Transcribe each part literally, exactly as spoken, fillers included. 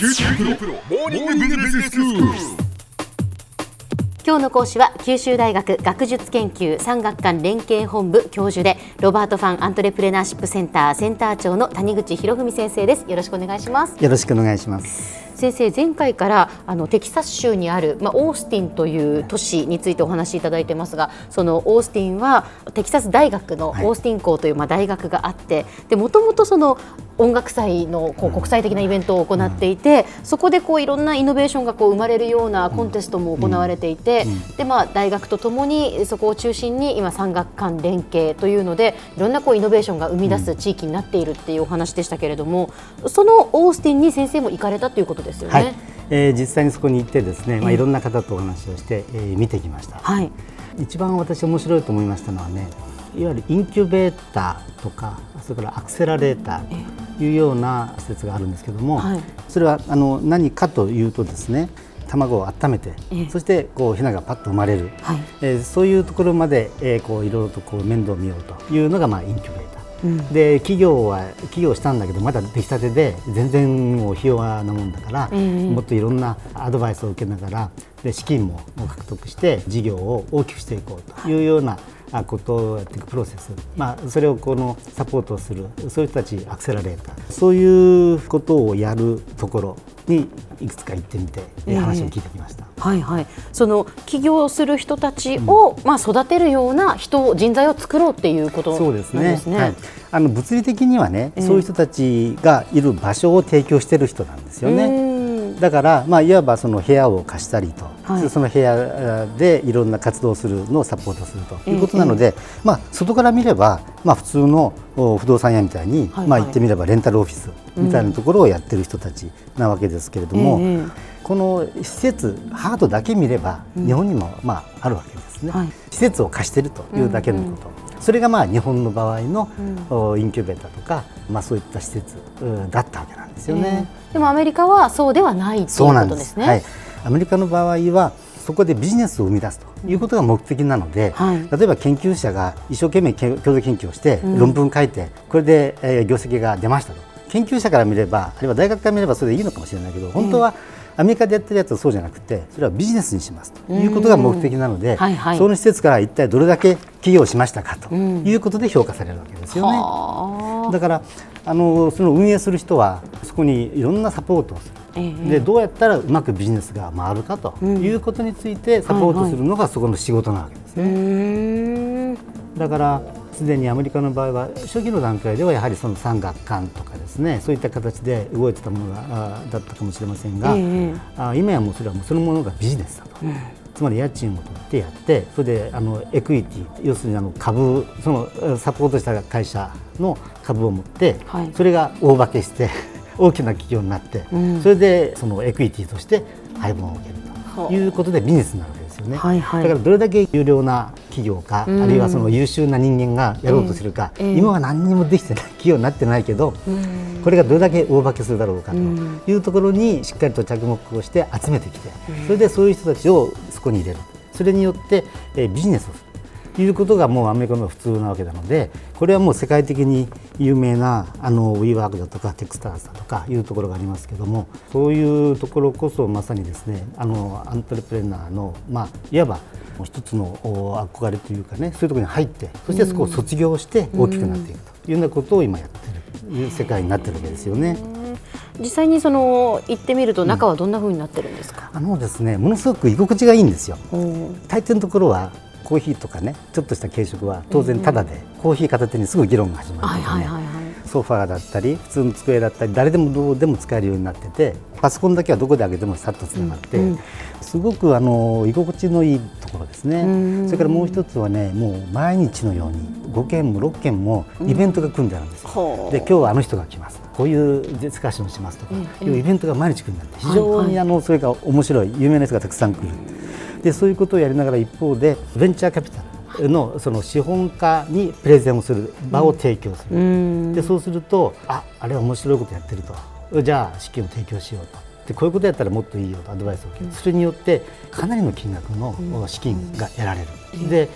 キューティープロモーニングビジネススクール。 今日の講師は九州大学学術研究産学官連携本部教授でロバートファンアントレプレナーシップセンターセンター長の谷口博文先生です。よろしくお願いします。 よろしくお願いします。 先生、前回からあのテキサス州にある、まあ、オースティンという都市についてお話しいただいてますが、そのオースティンはテキサス大学のオースティン校という、まあ、大学があって、でもともとその音楽祭のこう国際的なイベントを行っていて、うん、そこでこういろんなイノベーションがこう生まれるようなコンテストも行われていて、うんうん、でまあ、大学とともにそこを中心に今産学官連携というのでいろんなこうイノベーションが生み出す地域になっているっていうお話でしたけれども、そのオースティンに先生も行かれたということですよね。 はい、えー、実際にそこに行ってですね、まあ、いろんな方とお話をして、えー、見てきました。はい、一番私面白いと思いましたのはね、いわゆるインキュベーターとかそれからアクセラレーターというような施設があるんですけども、はい、それはあの何かというとですね、卵を温めて、そしてこうヒナがパッと生まれる、はい、えー、そういうところまで、えー、こういろいろとこう面倒を見ようというのが、まあ、インキュベーター。うん、で企業は起業したんだけどまだ出来たてで全然もうひ弱なもんだから、うん、もっといろんなアドバイスを受けながらで資金も獲得して事業を大きくしていこうというようなことをやっていくプロセス、まあ、それをこのサポートするそういう人たちアクセラレーター、そういうことをやるところにいくつか行ってみて、えー、話を聞いてきました。 はいはい、その起業する人たちを、うん、まあ、育てるような人人材を作ろうっていうことなんですね。 そうですね、はい、あの物理的にはね、えー、そういう人たちがいる場所を提供している人なんですよね。だから、まあ、いわばその部屋を貸したりと、はい、その部屋でいろんな活動をするのをサポートするということなので、えーまあ、外から見れば、まあ、普通の不動産屋みたいに、はいはい、まあ、言ってみればレンタルオフィスみたいなところをやってる人たちなわけですけれども、うん、この施設ハードだけ見れば日本にも、まあ、あるわけですね、はい、施設を貸しているというだけのこと、うんうん、それがまあ日本の場合の、うん、インキュベーターとか、まあ、そういった施設だったわけなんですよね。 えー、でもアメリカはそうではないということですね。 はい、アメリカの場合はそこでビジネスを生み出すということが目的なので、うん、はい、例えば研究者が一生懸命共同研究をして論文書いて、うん、これで、えー、業績が出ましたと、研究者から見ればあるいは大学から見ればそれでいいのかもしれないけど、本当はアメリカでやってるやつはそうじゃなくて、それはビジネスにしますということが目的なので、はいはい、その施設から一体どれだけ起業しましたかということで評価されるわけですよね。うん、だからあのその運営する人はそこにいろんなサポートをする、えー、でどうやったらうまくビジネスが回るかということについてサポートするのがそこの仕事なわけですね。はいはい、だからすでにアメリカの場合は初期の段階ではやはりその産学官とかですね、そういった形で動いてたものがだったかもしれませんが、えー、あ今やもうそれはもうそのものがビジネスだと、うん、つまり家賃を取ってやって、それであのエクイティ、要するにあの株、そのサポートした会社の株を持って、はい、それが大化けして大きな企業になって、うん、それでそのエクイティとして配分を受けるということでビジネスになるわけですよね。はいはい、だからどれだけ有料な企業か、うん、あるいはその優秀な人間がやろうとするか、えーえー、今は何にもできてない企業になってないけど、うん、これがどれだけ大化けするだろうかというところにしっかりと着目をして集めてきて、うん、それでそういう人たちをそこに入れる、それによって、えー、ビジネスをするということがもうアメリカの普通なわけなので、これはもう世界的に有名なあの WeWork だとかテクスターズだとかいうところがありますけども、そういうところこそまさにですね、あのアントレプレナーの、まあ、いわば一つの憧れというかね、そういうところに入って、そしてそこを卒業して大きくなっていくというようなことを今やっている世界になっているわけですよね。 実際にその行ってみると中はどんな風になってるんですか？ うん、あのですね、ものすごく居心地がいいんですよ。大抵のところはコーヒーとかね、ちょっとした軽食は当然タダで、うん、コーヒー片手にすぐ議論が始まるので、ね、ソファーだったり普通の机だったり誰でもどうでも使えるようになってて、パソコンだけはどこで開けてもさっとつながって、うんうん、すごくあの居心地のいいところですね。うん、それからもう一つはね、もう毎日のようにごけんもろっけんもイベントが組んであるんですよ。うん、で今日はあの人が来ます、こういうディスカッションをしますとか、うん、いうイベントが毎日組んであって、非常にあのそれが面白い有名な人がたくさん来る。でそういうことをやりながら一方でベンチャーキャピタルのその資本家にプレゼンをする場を提供する、うん、でそうすると、ああれは面白いことやってると、じゃあ資金を提供しようと、でこういうことやったらもっといいよとアドバイスを受ける、それによってかなりの金額の資金が得られる、うん、で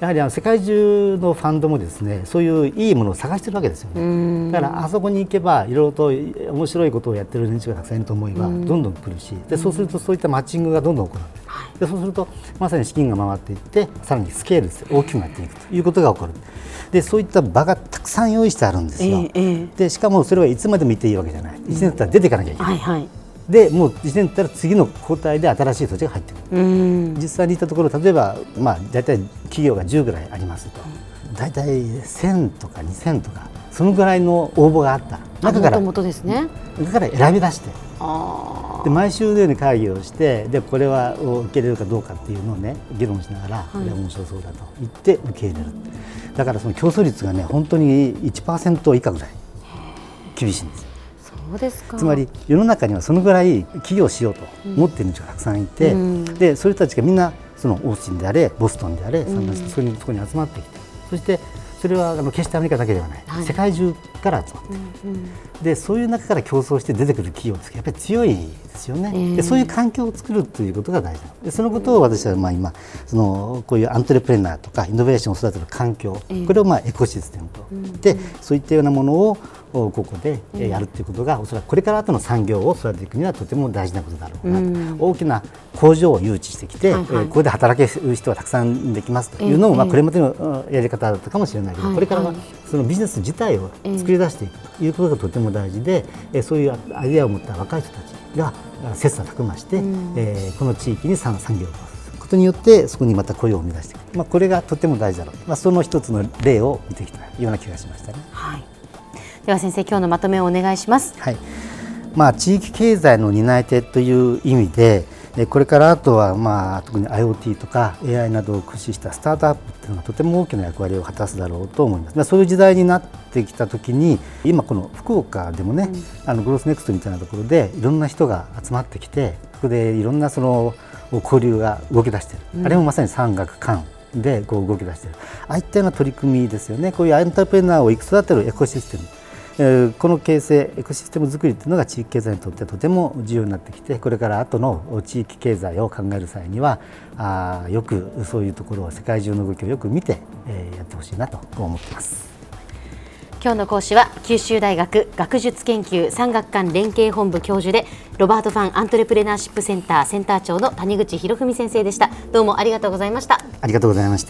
やはりあの世界中のファンドもですね、そういういいものを探してるわけですよね。だからあそこに行けばいろいろと面白いことをやってる連中がたくさんいると思えばどんどん来るし、でそうするとそういったマッチングがどんどん行われる。でそうするとまさに資金が回っていってさらにスケールして大きくなっていくということが起こる。でそういった場がたくさん用意してあるんですよ。えーえー、でしかもそれはいつまでもいていいわけじゃない。いちねんだったら出ていかなきゃいけない。はいはい、でもういちねんだったら次の交代で新しい土地が入ってくる。実際に行ったところ、例えば、まあ、大体企業がじゅうぐらいありますと、大体せんとかにせんとかそのぐらいの応募があった中から、 もともとですね、 中から選び出して、で毎週のように会議をして、でこれは受け入れるかどうかっていうのをね議論しながら、これは面白そうだと言って受け入れる。だからその競争率がね本当に いちパーセント 以下ぐらい厳しいんですよ。 そうですか。 つまり世の中にはそのぐらい起業しようと思っている人がたくさんいて、うん、でそういう人たちがみんなそのオースティンであれボストンであれ、うん、そこにそこに集まってきて、そしてそれはあの決してアメリカだけではない、はい、世界中から集まって、うんうん、でそういう中から競争して出てくる企業ってやっぱり強いですよね。えー、でそういう環境を作るということが大事で、そのことを私はまあ今そのこういうアントレプレナーとかイノベーションを育てる環境、えー、これをまあエコシステムと、うん、でそういったようなものをここでやるということが、おそらくこれから後の産業を育てていくにはとても大事なことだろうなと、うん、大きな工場を誘致してきて、はいはい、ここで働ける人はたくさんできますというのも、まあこれまでのやり方だったかもしれないけど、これからはそのビジネス自体を作り出していくということがとても大事で、そういうアイデアを持った若い人たちが切磋琢磨して、うん、この地域に産業を起こすことによってそこにまた雇用を生み出していく、まあ、これがとても大事だろう、まあ、その一つの例を見てきたような気がしましたね。 はい、では先生、今日のまとめをお願いします。 はい、まあ、地域経済の担い手という意味で、これからあとはまあ特に IoT とか エーアイ などを駆使したスタートアップというのはとても大きな役割を果たすだろうと思います。そういう時代になってきたときに、今この福岡でもね、うん、あのグロースネクストみたいなところでいろんな人が集まってきて、そこでいろんなその交流が動き出している、うん、あれもまさに産学官でこう動き出している、ああいったような取り組みですよね。こういうアントレプレナーを育てるエコシステム、この形成、エコシステム作りというのが地域経済にとってとても重要になってきて、これから後の地域経済を考える際にはあよくそういうところを世界中の動きをよく見て、えー、やってほしいなと思っています。 今日の講師は九州大学学術研究産学官連携本部教授でロバート・ファン・アントレプレナーシップセンターセンター長の谷口博文先生でした。どうもありがとうございました。 ありがとうございました。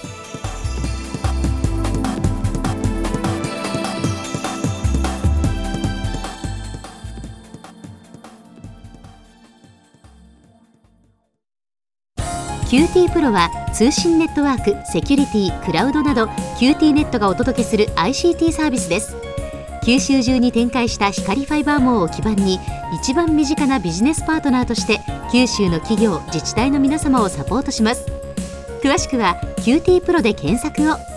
キューティー プロは通信ネットワーク、セキュリティ、クラウドなど キューティー ネットがお届けする アイシーティー サービスです。九州中に展開した光ファイバー網を基盤に一番身近なビジネスパートナーとして九州の企業、自治体の皆様をサポートします。詳しくは キューティー プロで検索を。